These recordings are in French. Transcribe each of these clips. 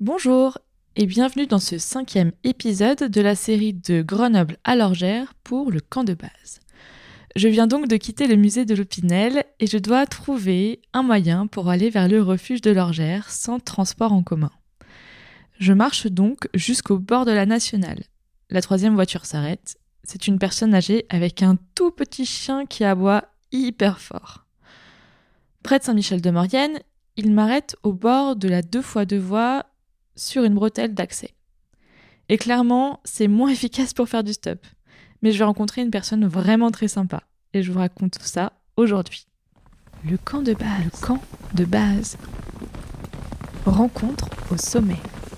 Bonjour et bienvenue dans ce 5e épisode de la série de Grenoble à l'Orgère pour le camp de base. Je viens donc de quitter le musée de l'Opinel et je dois trouver un moyen pour aller vers le refuge de l'Orgère sans transport en commun. Je marche donc jusqu'au bord de la nationale. La 3e voiture s'arrête. C'est une personne âgée avec un tout petit chien qui aboie hyper fort. Près de Saint-Michel-de-Maurienne, il m'arrête au bord de la 2x2 voies sur une bretelle d'accès. Et clairement, c'est moins efficace pour faire du stop. Mais je vais rencontrer une personne vraiment très sympa. Et je vous raconte tout ça aujourd'hui. Le camp de base. Le camp de base. Rencontre au sommet.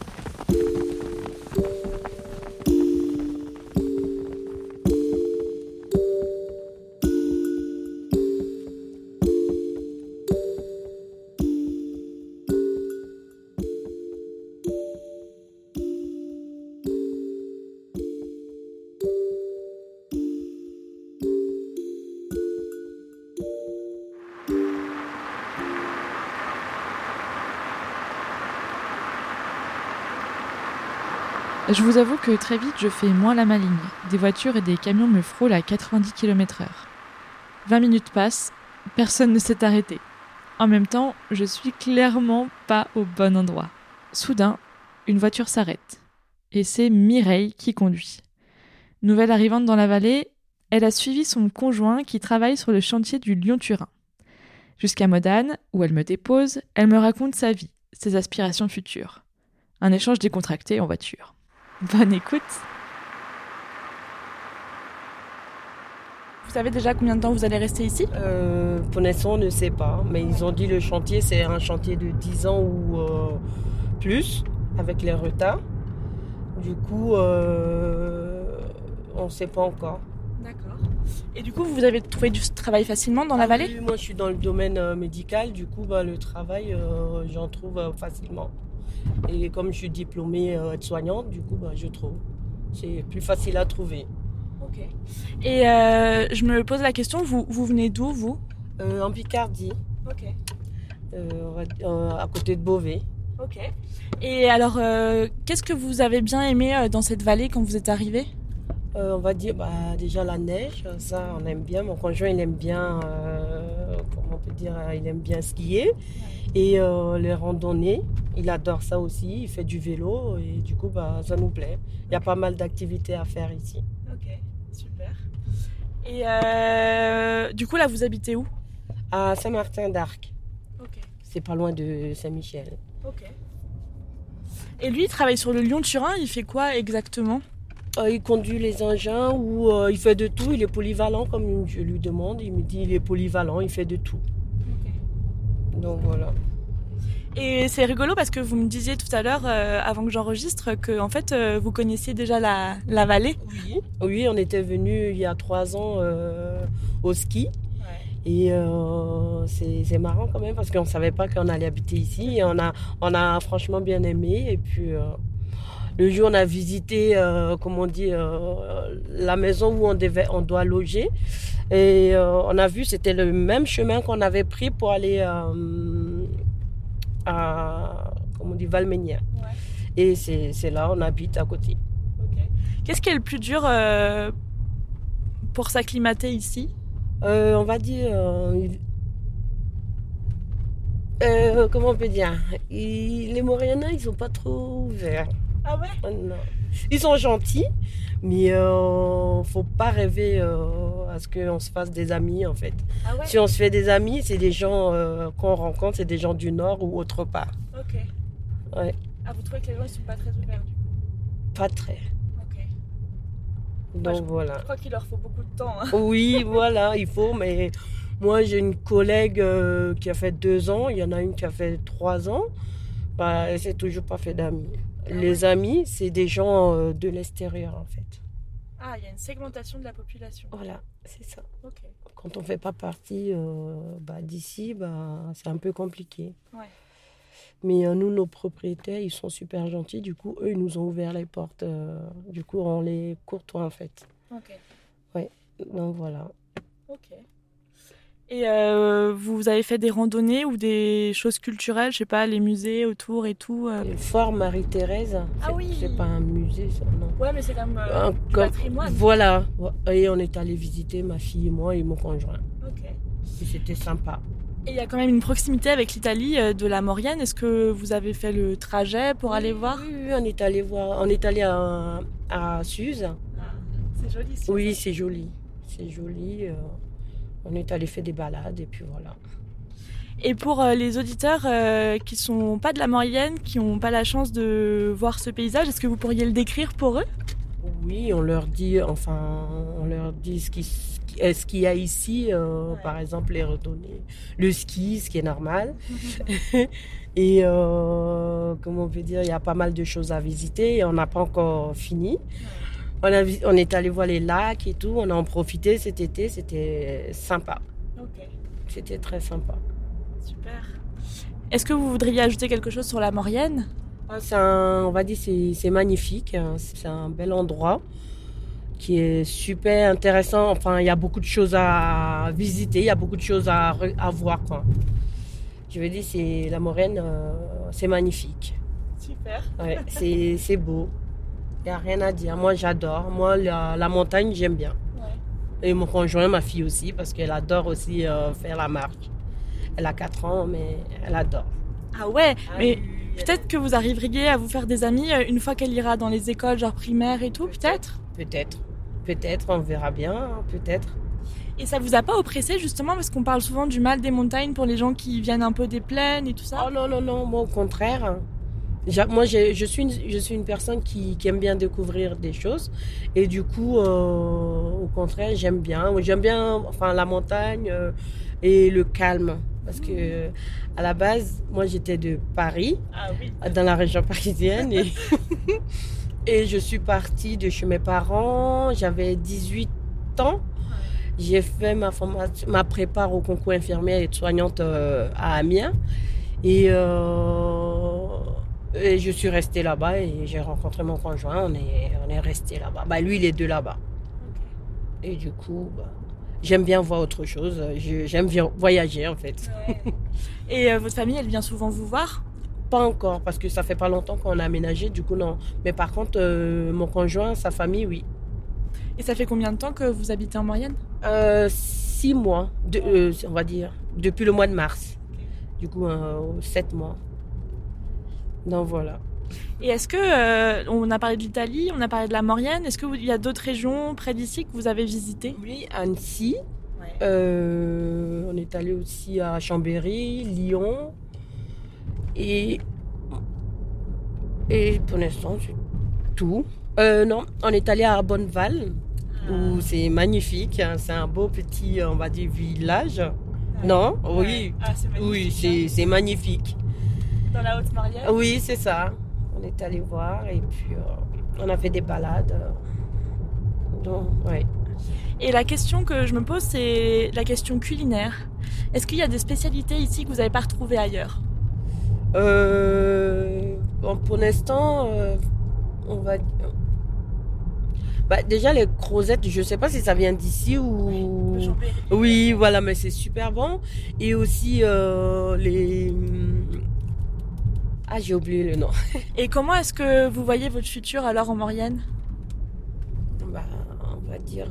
Je vous avoue que très vite, je fais moins la maligne. Des voitures et des camions me frôlent à 90 km/h. 20 minutes passent, personne ne s'est arrêté. En même temps, je suis clairement pas au bon endroit. Soudain, une voiture s'arrête. Et c'est Mireille qui conduit. Nouvelle arrivante dans la vallée, elle a suivi son conjoint qui travaille sur le chantier du Lyon-Turin. Jusqu'à Modane, où elle me dépose, elle me raconte sa vie, ses aspirations futures. Un échange décontracté en voiture. Bonne écoute. Vous savez déjà combien de temps vous allez rester ici ? Pour l'instant, on ne sait pas. Mais ils ont dit le chantier, c'est un chantier de 10 ans ou plus, avec les retards. Du coup, on ne sait pas encore. D'accord. Et du coup, vous avez trouvé du travail facilement dans la vallée ? Oui, moi, je suis dans le domaine médical. Du coup, le travail, j'en trouve facilement. Et comme je suis diplômée aide-soignante, du coup, je trouve. C'est plus facile à trouver. Ok. Et je me pose la question, vous venez d'où, vous ? En Picardie. Ok. À côté de Beauvais. Ok. Et alors, qu'est-ce que vous avez bien aimé dans cette vallée quand vous êtes arrivé ? On va dire déjà la neige, ça on aime bien. Mon conjoint il aime bien, comment on peut dire, il aime bien skier. Et les randonnées, il adore ça aussi. Il fait du vélo et du coup ça nous plaît. Il y a pas mal d'activités à faire ici. Ok, super. Et du coup là vous habitez où ? À Saint-Martin-d'Arc. Ok. C'est pas loin de Saint-Michel. Ok. Et lui il travaille sur le Lyon-Turin, il fait quoi exactement ? Il conduit les engins ou il fait de tout. Il est polyvalent comme je lui demande. Il me dit il est polyvalent, il fait de tout. Ok. Donc voilà. Et c'est rigolo parce que vous me disiez tout à l'heure, avant que j'enregistre, que en fait vous connaissiez déjà la vallée. Oui, on était venus il y a 3 ans au ski. Ouais. Et c'est marrant quand même parce qu'on ne savait pas qu'on allait habiter ici. Et on a franchement bien aimé. Et puis le jour on a visité, la maison où on doit loger. Et on a vu c'était le même chemin qu'on avait pris pour aller à Valménière. Ouais. Et c'est là, on habite à côté. Okay. Qu'est-ce qui est le plus dur pour s'acclimater ici ? On va dire... comment on peut dire ? Les Mauriennais, ils sont pas trop ouverts. Ah ouais ? Non. Ils sont gentils, mais faut pas rêver à ce qu'on se fasse des amis en fait. Ah ouais ? Si on se fait des amis, c'est des gens qu'on rencontre, c'est des gens du Nord ou autre part. Ok. Ouais. Ah, vous trouvez que les gens ils sont pas très ouverts du coup ? Pas très. Ok. Donc voilà. Je crois qu'il leur faut beaucoup de temps. Hein. Oui, voilà, il faut, mais moi j'ai une collègue qui a fait 2 ans, il y en a une qui a fait 3 ans, elle s'est toujours pas fait d'amis. Les amis, c'est des gens de l'extérieur en fait. Ah, il y a une segmentation de la population. Voilà, c'est ça. Okay. Quand on ne fait pas partie d'ici, c'est un peu compliqué. Ouais. Mais nous, nos propriétaires, ils sont super gentils. Du coup, eux, ils nous ont ouvert les portes. Du coup, on les courtoie en fait. Ok. Ouais, donc voilà. Ok. Et vous avez fait des randonnées ou des choses culturelles, je sais pas, les musées autour et tout Le Fort Marie-Thérèse. Ah oui. C'est pas un musée, ça, non. Ouais, mais c'est comme du patrimoine. Voilà. Et on est allé visiter, ma fille et moi et mon conjoint. Ok. Et c'était sympa. Et il y a quand même une proximité avec l'Italie de la Maurienne. Est-ce que vous avez fait le trajet pour aller voir? Oui, on est allé voir. On est allé à Suse. Ah, c'est joli. Oui, c'est joli. C'est joli. On est allé faire des balades et puis voilà. Et pour les auditeurs qui sont pas de la Maurienne, qui n'ont pas la chance de voir ce paysage, est-ce que vous pourriez le décrire pour eux? Oui, on leur dit ce qu'il y a ici, par exemple les randonnées, le ski, ce qui est normal. Et comment on peut dire, il y a pas mal de choses à visiter et on n'a pas encore fini. On est allé voir les lacs et tout, on a en profité cet été, c'était sympa. Ok. C'était très sympa. Super. Est-ce que vous voudriez ajouter quelque chose sur la Maurienne? On va dire c'est magnifique, c'est un bel endroit qui est super intéressant. Enfin, il y a beaucoup de choses à visiter, il y a beaucoup de choses à voir, quoi. Je veux dire, la Maurienne, c'est magnifique. Super. Ouais, c'est beau. Il n'y a rien à dire. Moi, j'adore. Moi, la montagne, j'aime bien. Ouais. Et mon conjoint, ma fille aussi, parce qu'elle adore aussi faire la marche. Elle a 4 ans, mais elle adore. Ah ouais, mais peut-être que vous arriveriez à vous faire des amis une fois qu'elle ira dans les écoles, genre primaires et tout, peut-être? Peut-être, on verra bien, peut-être. Et ça vous a pas oppressé justement, parce qu'on parle souvent du mal des montagnes pour les gens qui viennent un peu des plaines et tout ça? Oh non, moi au contraire. Moi, je suis une personne qui aime bien découvrir des choses. Et du coup, au contraire, j'aime bien. Enfin, la montagne et le calme. Parce que à la base, moi, j'étais de Paris, dans la région parisienne. Et je suis partie de chez mes parents. J'avais 18 ans. J'ai fait ma prépare au concours infirmière et soignante à Amiens. Et je suis restée là-bas et j'ai rencontré mon conjoint. On est resté là-bas. Lui, il est de là-bas. Okay. Et du coup, j'aime bien voir autre chose. J'aime bien voyager, en fait. Ouais. Et votre famille, elle vient souvent vous voir? Pas encore, parce que ça fait pas longtemps qu'on a aménagé. Du coup, non. Mais par contre, mon conjoint, sa famille, oui. Et ça fait combien de temps que vous habitez en Maurienne? 6 mois, on va dire. Depuis le mois de mars. Okay. Du coup, 7 mois. Donc voilà. Et est-ce que, on a parlé de l'Italie, on a parlé de la Maurienne, est-ce qu'il y a d'autres régions près d'ici que vous avez visitées? Oui, Annecy. Ouais. On est allé aussi à Chambéry, Lyon. Et pour l'instant, c'est tout. Non, on est allé à Bonneval, où c'est magnifique. Hein, c'est un beau petit, on va dire, village. Ouais. Non? Oui. Ah, c'est magnifique. Oui, c'est magnifique. Dans la Haute-Maurienne? Oui, c'est ça. On est allé voir et puis on a fait des balades. Donc, ouais. Et la question que je me pose, c'est la question culinaire. Est-ce qu'il y a des spécialités ici que vous n'avez pas retrouvées ailleurs? Bon, pour l'instant, on va dire... déjà, les creusettes, je ne sais pas si ça vient d'ici ou... Oui, voilà, mais c'est super bon. Et aussi les... Ah, j'ai oublié le nom. Et comment est-ce que vous voyez votre futur alors en Maurienne? On va dire...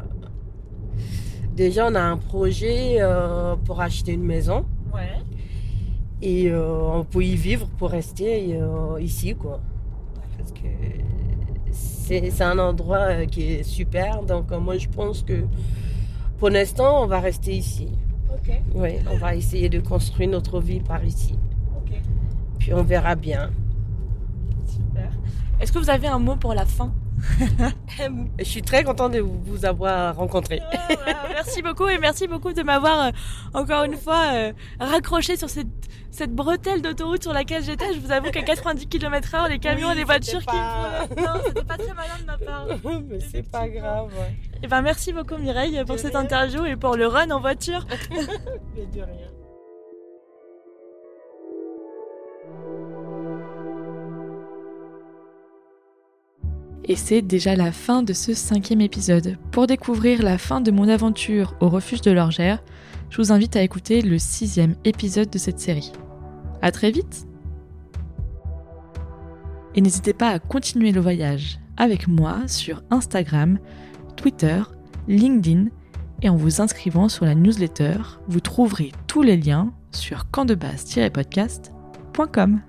Déjà, on a un projet pour acheter une maison. Ouais. Et on peut y vivre pour rester ici, quoi. Parce que c'est un endroit qui est super. Donc, moi, je pense que pour l'instant, on va rester ici. Ok. Oui, on va essayer de construire notre vie par ici. Ok. Puis on verra bien. Super. Est-ce que vous avez un mot pour la fin? Je suis très contente de vous avoir rencontré. Merci beaucoup et merci beaucoup de m'avoir encore une fois raccroché sur cette bretelle d'autoroute sur laquelle j'étais. Je vous avoue qu'à 90 km/h, les camions et les voitures qui me font... Non, c'était pas très malin de ma part. Mais c'est pas grave. Et merci beaucoup Mireille pour cette interview et pour le run en voiture. Mais de rien. Et c'est déjà la fin de ce 5e épisode. Pour découvrir la fin de mon aventure au refuge de l'Orgère, je vous invite à écouter le 6e épisode de cette série. À très vite! Et n'hésitez pas à continuer le voyage avec moi sur Instagram, Twitter, LinkedIn et en vous inscrivant sur la newsletter, vous trouverez tous les liens sur campdebase-podcast.com.